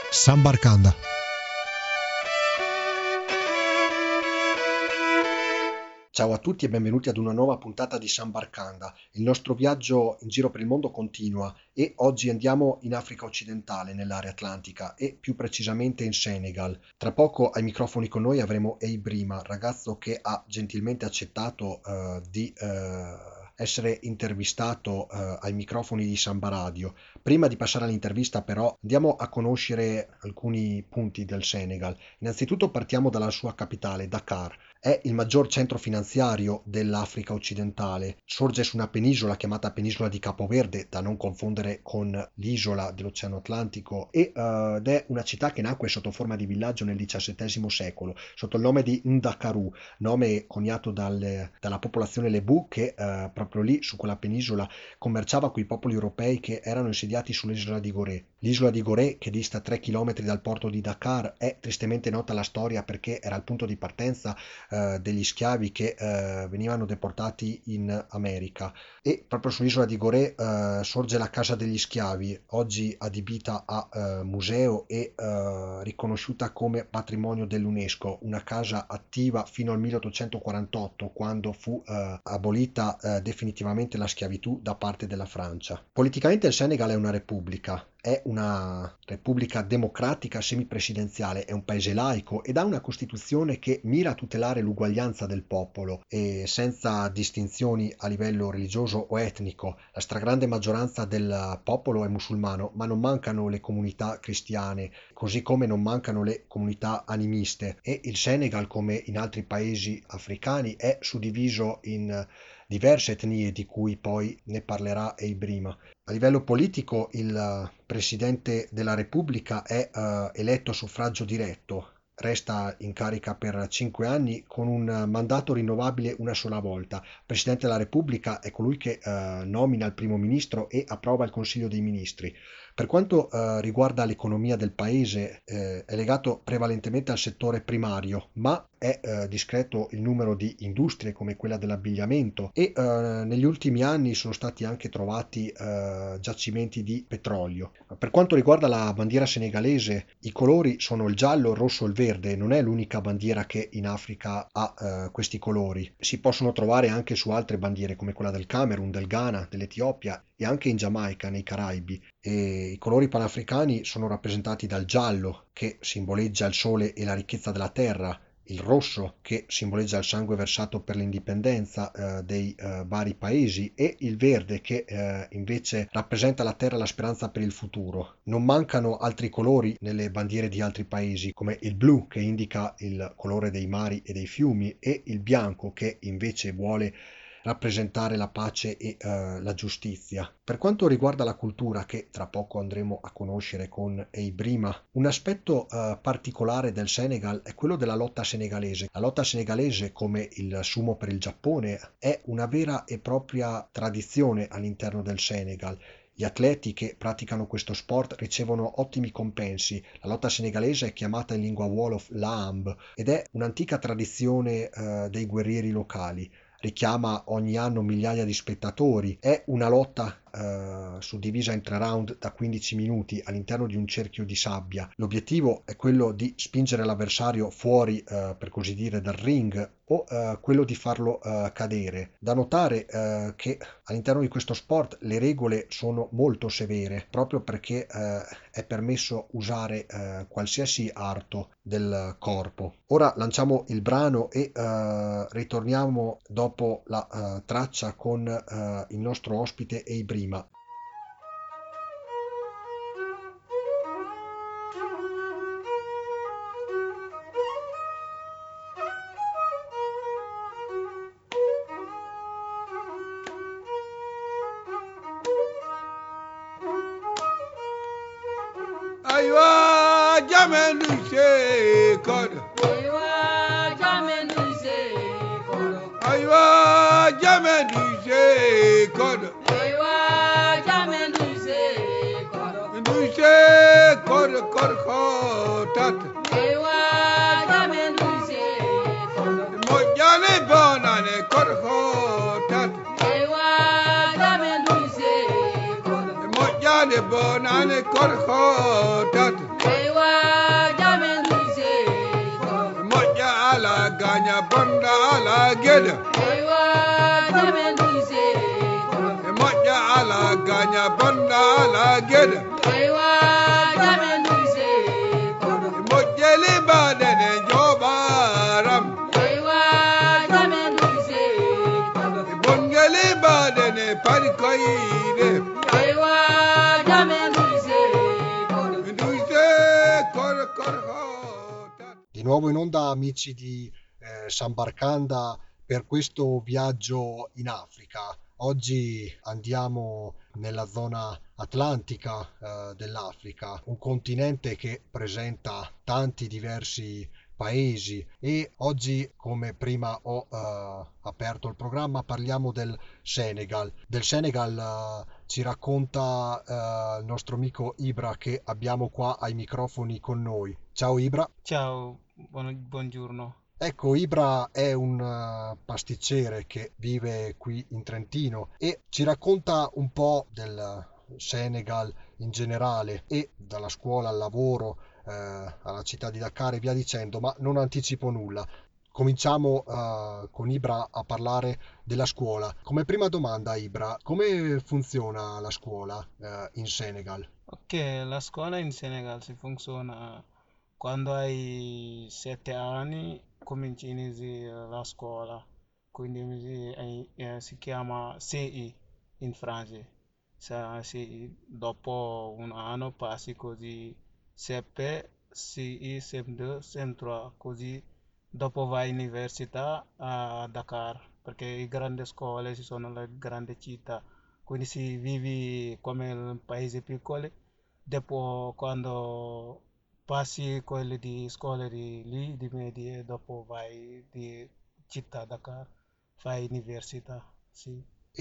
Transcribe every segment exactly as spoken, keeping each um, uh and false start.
Sambarcanda. Ciao a tutti e benvenuti ad una nuova puntata di Sambarcanda. Il nostro viaggio in giro per il mondo continua e oggi andiamo in Africa occidentale, nell'area atlantica e più precisamente in Senegal. Tra poco ai microfoni con noi avremo Eibrima, ragazzo che ha gentilmente accettato eh, di eh, essere intervistato eh, ai microfoni di Samba Radio. Prima di passare all'intervista però andiamo a conoscere alcuni punti del Senegal. Innanzitutto partiamo dalla sua capitale, Dakar. È il maggior centro finanziario dell'Africa occidentale. Sorge su una penisola chiamata Penisola di Capoverde, da non confondere con l'isola dell'Oceano Atlantico, e, uh, ed è una città che nacque sotto forma di villaggio nel diciassettesimo secolo, sotto il nome di Ndakaru, nome coniato dal, dalla popolazione Lebu che uh, proprio lì, su quella penisola, commerciava con i popoli europei che erano insediati sull'isola di Gorée. L'isola di Gorée, che dista tre chilometri dal porto di Dakar, è tristemente nota alla storia perché era il punto di partenza eh, degli schiavi che eh, venivano deportati in America, e proprio sull'isola di Gorée eh, sorge la Casa degli Schiavi, oggi adibita a eh, museo e eh, riconosciuta come patrimonio dell'UNESCO, una casa attiva fino al milleottocentoquarantotto, quando fu eh, abolita eh, definitivamente la schiavitù da parte della Francia. Politicamente il Senegal è una repubblica. È una repubblica democratica semipresidenziale, è un paese laico ed ha una costituzione che mira a tutelare l'uguaglianza del popolo e senza distinzioni a livello religioso o etnico. La stragrande maggioranza del popolo è musulmano, ma non mancano le comunità cristiane, così come non mancano le comunità animiste, e il Senegal, come in altri paesi africani, è suddiviso in diverse etnie di cui poi ne parlerà Eibrima. A livello politico il Presidente della Repubblica è uh, eletto a suffragio diretto, resta in carica per cinque anni con un mandato rinnovabile una sola volta. Il Presidente della Repubblica è colui che uh, nomina il Primo Ministro e approva il Consiglio dei Ministri. Per quanto uh, riguarda l'economia del paese, eh, è legato prevalentemente al settore primario, ma è eh, discreto il numero di industrie come quella dell'abbigliamento e eh, negli ultimi anni sono stati anche trovati eh, giacimenti di petrolio. Per quanto riguarda la bandiera senegalese, i colori sono il giallo, il rosso e il verde. Non è l'unica bandiera che in Africa ha eh, questi colori. Si possono trovare anche su altre bandiere come quella del Camerun, del Ghana, dell'Etiopia e anche in Giamaica, nei Caraibi. E i colori panafricani sono rappresentati dal giallo, che simboleggia il sole e la ricchezza della terra, il rosso che simboleggia il sangue versato per l'indipendenza eh, dei eh, vari paesi, e il verde che eh, invece rappresenta la terra e la speranza per il futuro. Non mancano altri colori nelle bandiere di altri paesi, come il blu che indica il colore dei mari e dei fiumi, e il bianco che invece vuole rappresentare la pace e uh, la giustizia. Per quanto riguarda la cultura, che tra poco andremo a conoscere con Eibrima, un aspetto uh, particolare del Senegal è quello della lotta senegalese. La lotta senegalese, come il sumo per il Giappone, è una vera e propria tradizione all'interno del Senegal. Gli atleti che praticano questo sport ricevono ottimi compensi. La lotta senegalese è chiamata in lingua wolof Lamb ed è un'antica tradizione uh, dei guerrieri locali. Richiama ogni anno migliaia di spettatori. È una lotta eh, suddivisa in tre round da quindici minuti all'interno di un cerchio di sabbia. L'obiettivo è quello di spingere l'avversario fuori, eh, per così dire, dal ring, o eh, quello di farlo eh, cadere. Da notare eh, che all'interno di questo sport le regole sono molto severe, proprio perché eh, è permesso usare eh, qualsiasi arto del corpo. Ora lanciamo il brano e eh, ritorniamo dopo la eh, traccia con eh, il nostro ospite Eibrima. Aywa jamenu se kodo. Aywa jamenu se kodo. Aywa jamenu se kodo. Aywa jamenu se kodo. Du se kodo kodo kotat. Aywa jamenu se kodo. Mojane bonane kodo kotat. Aywa jamenu se kodo. Mojane bonane kodo kotat. Aywa Ewa jamenuise kodo. moƴƴa ala gaña bonɗa ala gueɗe Ewa jamenuise kodo. e moƴƴa ala gaña bonɗa ala gueɗe Ewa jamenuise kodo. e moƴƴeli baɗene joɓaram Ewa jamenuise kodo. e bongueli baɗene paɗi koyɗe Ewa jamenuise kodo. mi duyse kor kor ho Di nuovo in onda, amici di eh, Sambarcanda, per questo viaggio in Africa. Oggi andiamo nella zona atlantica eh, dell'Africa, un continente che presenta tanti diversi paesi, e oggi, come prima ho eh, aperto il programma, parliamo del Senegal. Del Senegal eh, ci racconta eh, il nostro amico Ibra, che abbiamo qua ai microfoni con noi. Ciao Ibra. Ciao, buon- buongiorno. Ecco, Ibra è un eh, pasticcere che vive qui in Trentino e ci racconta un po' del Senegal in generale, e dalla scuola al lavoro, eh, alla città di Dakar e via dicendo, ma non anticipo nulla. Cominciamo eh, con Ibra a parlare della scuola. Come prima domanda, Ibra, come funziona la scuola eh, in Senegal? Ok, la scuola in Senegal si funziona quando hai sette anni, cominci inizi la scuola, quindi inizi- eh, eh, si chiama C I in francese. Sa- C I. Dopo un anno passi così C P, C I, C M due, C M tre, così dopo vai all'università a Dakar, perché le grandi scuole ci sono le grandi città, quindi si vivi come in paesi piccoli. Dopo, quando passi quelle di scuole di lì, di medie, dopo vai di città Dakar, fai università, sì.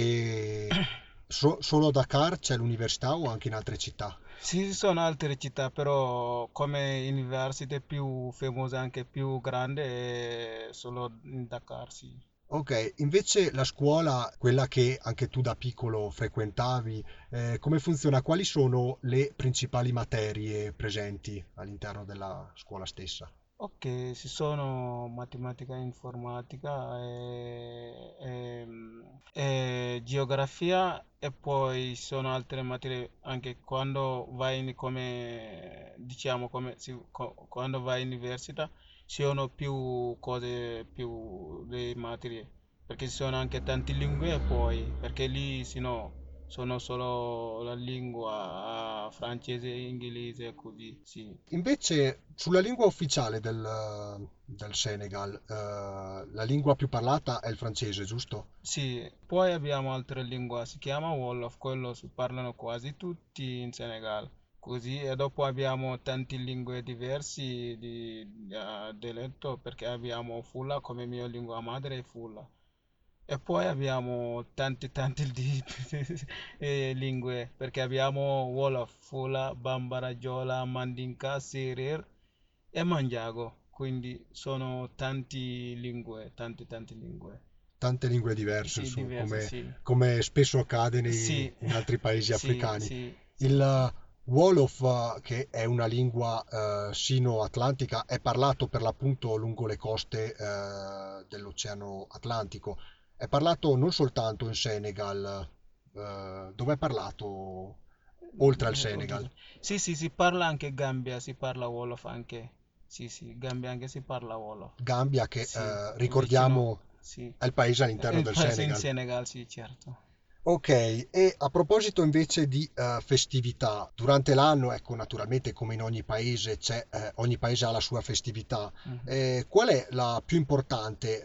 E so- solo a Dakar c'è l'università o anche in altre città? Sì, ci sono altre città, però come università più famosa, anche più grande, è solo in Dakar, sì. Ok, invece la scuola, quella che anche tu da piccolo frequentavi, eh, come funziona? Quali sono le principali materie presenti all'interno della scuola stessa? Ok, ci sono matematica, informatica e, ehm, e geografia, e poi ci sono altre materie anche quando vai in- come diciamo come si- co- quando vai all'università ci sono più cose, più le materie, perché ci sono anche tante lingue, e poi perché lì se no sono solo la lingua ah, francese e inglese, così sì. Invece, sulla lingua ufficiale del, del Senegal, eh, la lingua più parlata è il francese, giusto? Sì, poi abbiamo altre lingue, si chiama Wolof, quello si parlano quasi tutti in Senegal. Così, e dopo abbiamo tante lingue diverse di, eh, dialetto, perché abbiamo Fula come mia lingua madre, è Fula. E poi abbiamo tante tante di- eh, lingue, perché abbiamo Wolof, Fula, Bambara, Jola, Mandinka, Serer e Manjago. Quindi sono tante lingue, tante tante lingue. Tante lingue diverse, Sì, insomma, diverse, come, sì. come spesso accade nei- Sì, in altri paesi sì, africani. sì, sì. Il eh, Wolof, eh, che è una lingua eh, sino-atlantica, è parlato per l'appunto lungo le coste eh, dell'Oceano Atlantico. È parlato non soltanto in Senegal, eh, dove è parlato oltre al Eh, Senegal. oddio. Sì, sì, si parla anche Gambia, si parla Wolof anche. Sì, sì, Gambia anche si parla Wolof. Gambia, che Sì, eh, è vicino, ricordiamo sì. è il paese È all'interno il del paese in Senegal. Senegal, sì, certo. Ok, e a proposito invece di eh, festività, durante l'anno, ecco, naturalmente come in ogni paese c'è, eh, ogni paese ha la sua festività. Mhm. Eh, qual è la più importante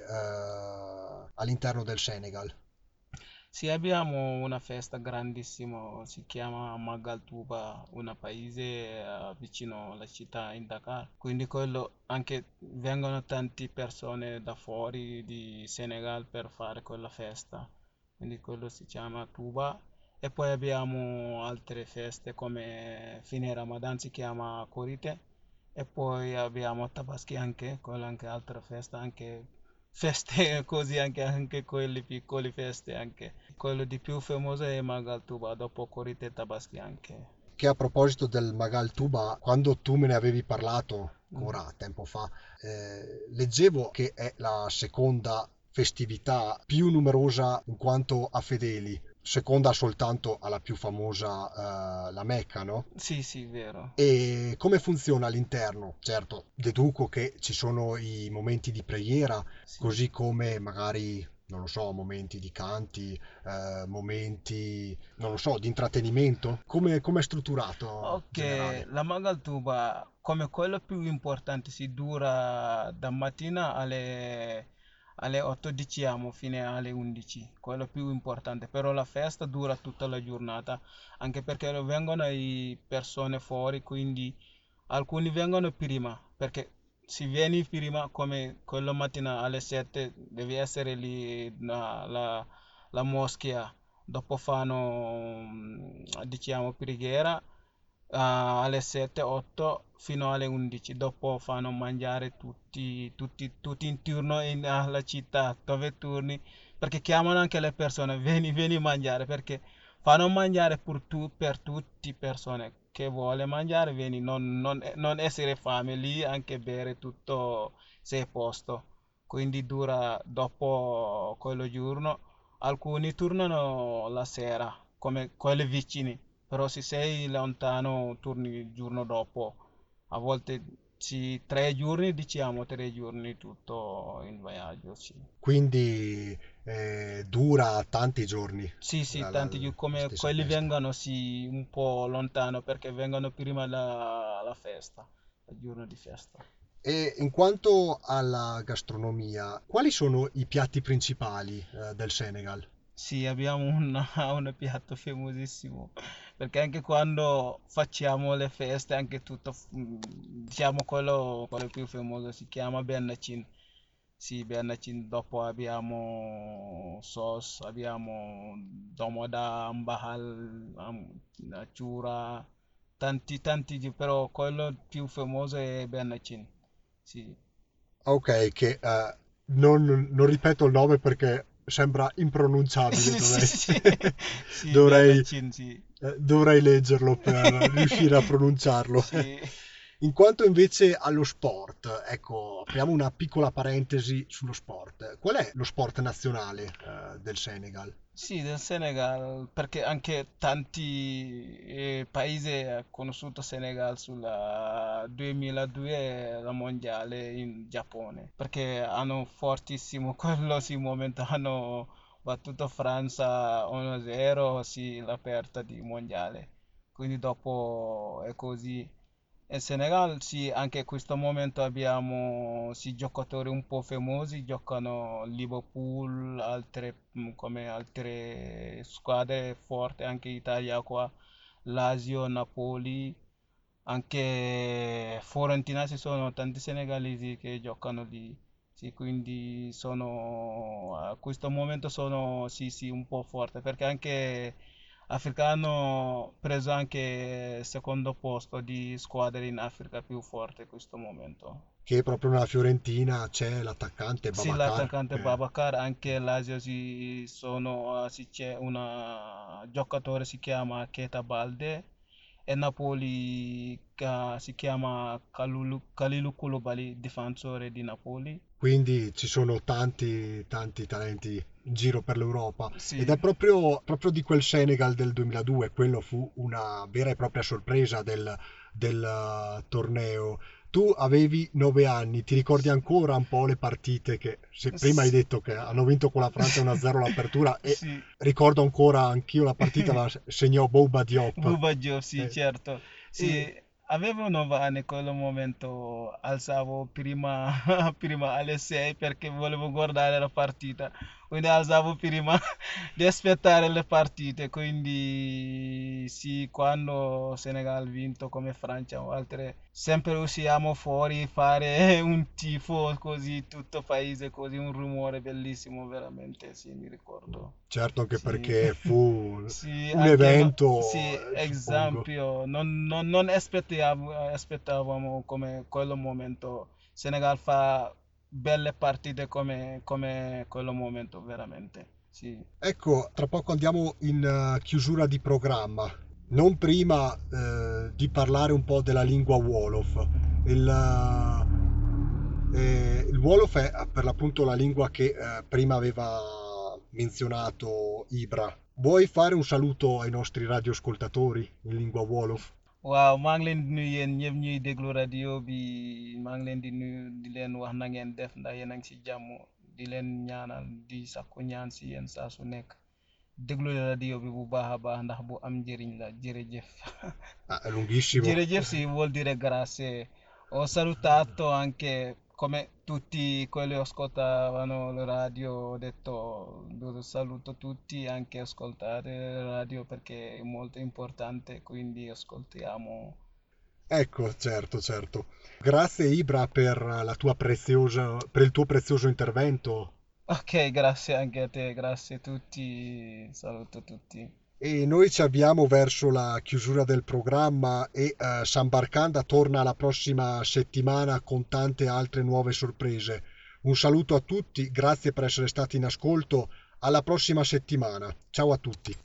eh, all'interno del Senegal? Sì, abbiamo una festa grandissima, si chiama Magaltuba, una paese eh, vicino alla città in Dakar. Quindi quello anche vengono tante persone da fuori di Senegal per fare quella festa. Quindi quello si chiama Tuba. E poi abbiamo altre feste come fine Ramadan, si chiama Korite. E poi abbiamo Tabaski anche, quella anche altra festa, anche feste così, anche, anche quelle piccole feste anche. Quello di più famoso è Magaltuba, dopo Korite e Tabaski anche. che a proposito del Magal Tuba, quando tu me ne avevi parlato, Mm. ora tempo fa, eh, leggevo che è la seconda festività più numerosa in quanto a fedeli, seconda soltanto alla più famosa, eh, la Mecca, no? Sì, sì, vero. E come funziona all'interno? Certo, deduco che ci sono i momenti di preghiera, Sì. così come magari, non lo so, momenti di canti, eh, momenti, non lo so, di intrattenimento. Come, come è strutturato in Ok, generale? la Magaltuba come quello più importante si dura da mattina alle, alle otto diciamo fino alle undici, quello più importante, però la festa dura tutta la giornata, anche perché vengono i persone fuori, quindi alcuni vengono prima, perché se vieni prima come quella mattina alle sette devi essere lì la, la, la moschea, dopo fanno mm, diciamo preghiera ah, alle sette otto fino alle undici, dopo fanno mangiare tutti, tutti, tutti in turno in, alla città dove turni, perché chiamano anche le persone, vieni, vieni a mangiare, perché fanno mangiare per, tu, per tutte le persone che vuole mangiare, vieni, non, non, non essere fame lì, anche bere tutto sei a posto. Quindi dura dopo quello giorno. Alcuni tornano la sera, come quelli vicini, però se sei lontano torni il giorno dopo. A volte sì, tre giorni, diciamo tre giorni tutto in viaggio, sì. Quindi eh, dura tanti giorni Sì, sì, la, la- tanti la giorni come stessa quelli festa. vengono sì un po' lontano perché vengono prima la, la festa, il giorno di festa. E in quanto alla gastronomia, quali sono i piatti principali eh, del Senegal? Sì, abbiamo un, un piatto famosissimo, perché anche quando facciamo le feste, anche tutto, mm, diciamo quello, quello più famoso si chiama Bernacin. Sì, Bernacin, dopo abbiamo sauce, abbiamo domoda, ambahal, am- ciura, tanti, tanti, di- però quello più famoso è Bernacin. Sì. Ok, che eh, non, non ripeto il nome perché sembra impronunciabile, Sì, sì, dovrei, sì, sì, dovrei, Bernacin, sì. eh, dovrei leggerlo per riuscire a pronunciarlo. Sì, In quanto invece allo sport, ecco, apriamo una piccola parentesi sullo sport. Qual è lo sport nazionale, eh, del Senegal? sì, del Senegal, perché anche tanti eh, paesi hanno conosciuto Senegal sulla duemiladue, la mondiale in Giappone, perché hanno fortissimo quello, sì, momento hanno battuto Francia uno a zero, sì, l'aperta di mondiale. Quindi dopo è così. In Senegal sì, anche in questo momento abbiamo sì, giocatori un po' famosi, giocano Liverpool, altre, mm, come altre squadre forti, anche Italia qua, Lazio, Napoli, anche Fiorentina ci sono tanti senegalesi che giocano lì, sì, quindi sono, a questo momento sono sì, sì, un po' forte, perché anche Africano ha preso anche il secondo posto di squadre in Africa più forte in questo momento. Che proprio nella Fiorentina c'è l'attaccante Sì, Babacar, l'attaccante che Babacar, anche l'Asia si sono, sì, c'è un giocatore si chiama Keita Balde e Napoli che si chiama Kalulu, Kalilu Koulibaly, difensore di Napoli. quindi ci sono tanti, tanti talenti in giro per l'Europa. Ed è Sì, proprio, proprio di quel Senegal del duemiladue, quello fu una vera e propria sorpresa del, del eh, torneo. Tu avevi nove anni, ti ricordi sì, ancora un po' le partite che, se prima hai sì, detto che hanno vinto con la Francia uno a zero l'apertura, e sì. ricordo ancora anch'io la partita, la segnò Bouba Diop. Buba Joe, sì, Eh, certo. Sì, e avevo nove anni in quel momento, alzavo prima, prima alle sei perché volevo guardare la partita, quindi alzavo prima di aspettare le partite, quindi sì, quando Senegal ha vinto come Francia o altre, sempre usciamo fuori fare un tifo così, tutto paese, così un rumore bellissimo, veramente, sì, mi ricordo. certo, anche Sì, perché fu sì, un anche no, sì, evento, eh, suppongo. esempio, non, non, non aspettavo- aspettavamo come quello momento. Senegal fa belle partite come, come quello momento, veramente. Sì, Ecco, tra poco andiamo in eh, chiusura di programma. non prima eh, di parlare un po' della lingua Wolof. Il, eh, il Wolof è per l'appunto la lingua che eh, prima aveva menzionato Ibra. Vuoi fare un saluto ai nostri radioascoltatori in lingua Wolof? waaw maa ngi leen di nuyu yéen ñëpp ñuy déglu rajo bi maa ngi leen di nuyu di leen wax na ngeen def ndax yéen a ngi si jàmm di leen ñaanal di sakku ñaan si yéen saa su nekk déglu leen rajo bi bu baax a baax ndax bu am njëriñ la jërëjëf. Ah, è lunghissimo. Jërëjëf sì vuol dire grazie. Ho salutato anche come tutti quelli che ascoltavano la radio, ho detto lo saluto tutti, anche ascoltare la radio perché è molto importante, quindi ascoltiamo. Ecco, certo, certo. Grazie Ibra per la tua preziosa, per il tuo prezioso intervento. Ok, grazie anche a te, grazie a tutti, saluto tutti. E noi ci avviamo verso la chiusura del programma e eh, San Barcanda torna la prossima settimana con tante altre nuove sorprese. Un saluto a tutti, grazie per essere stati in ascolto, alla prossima settimana. Ciao a tutti.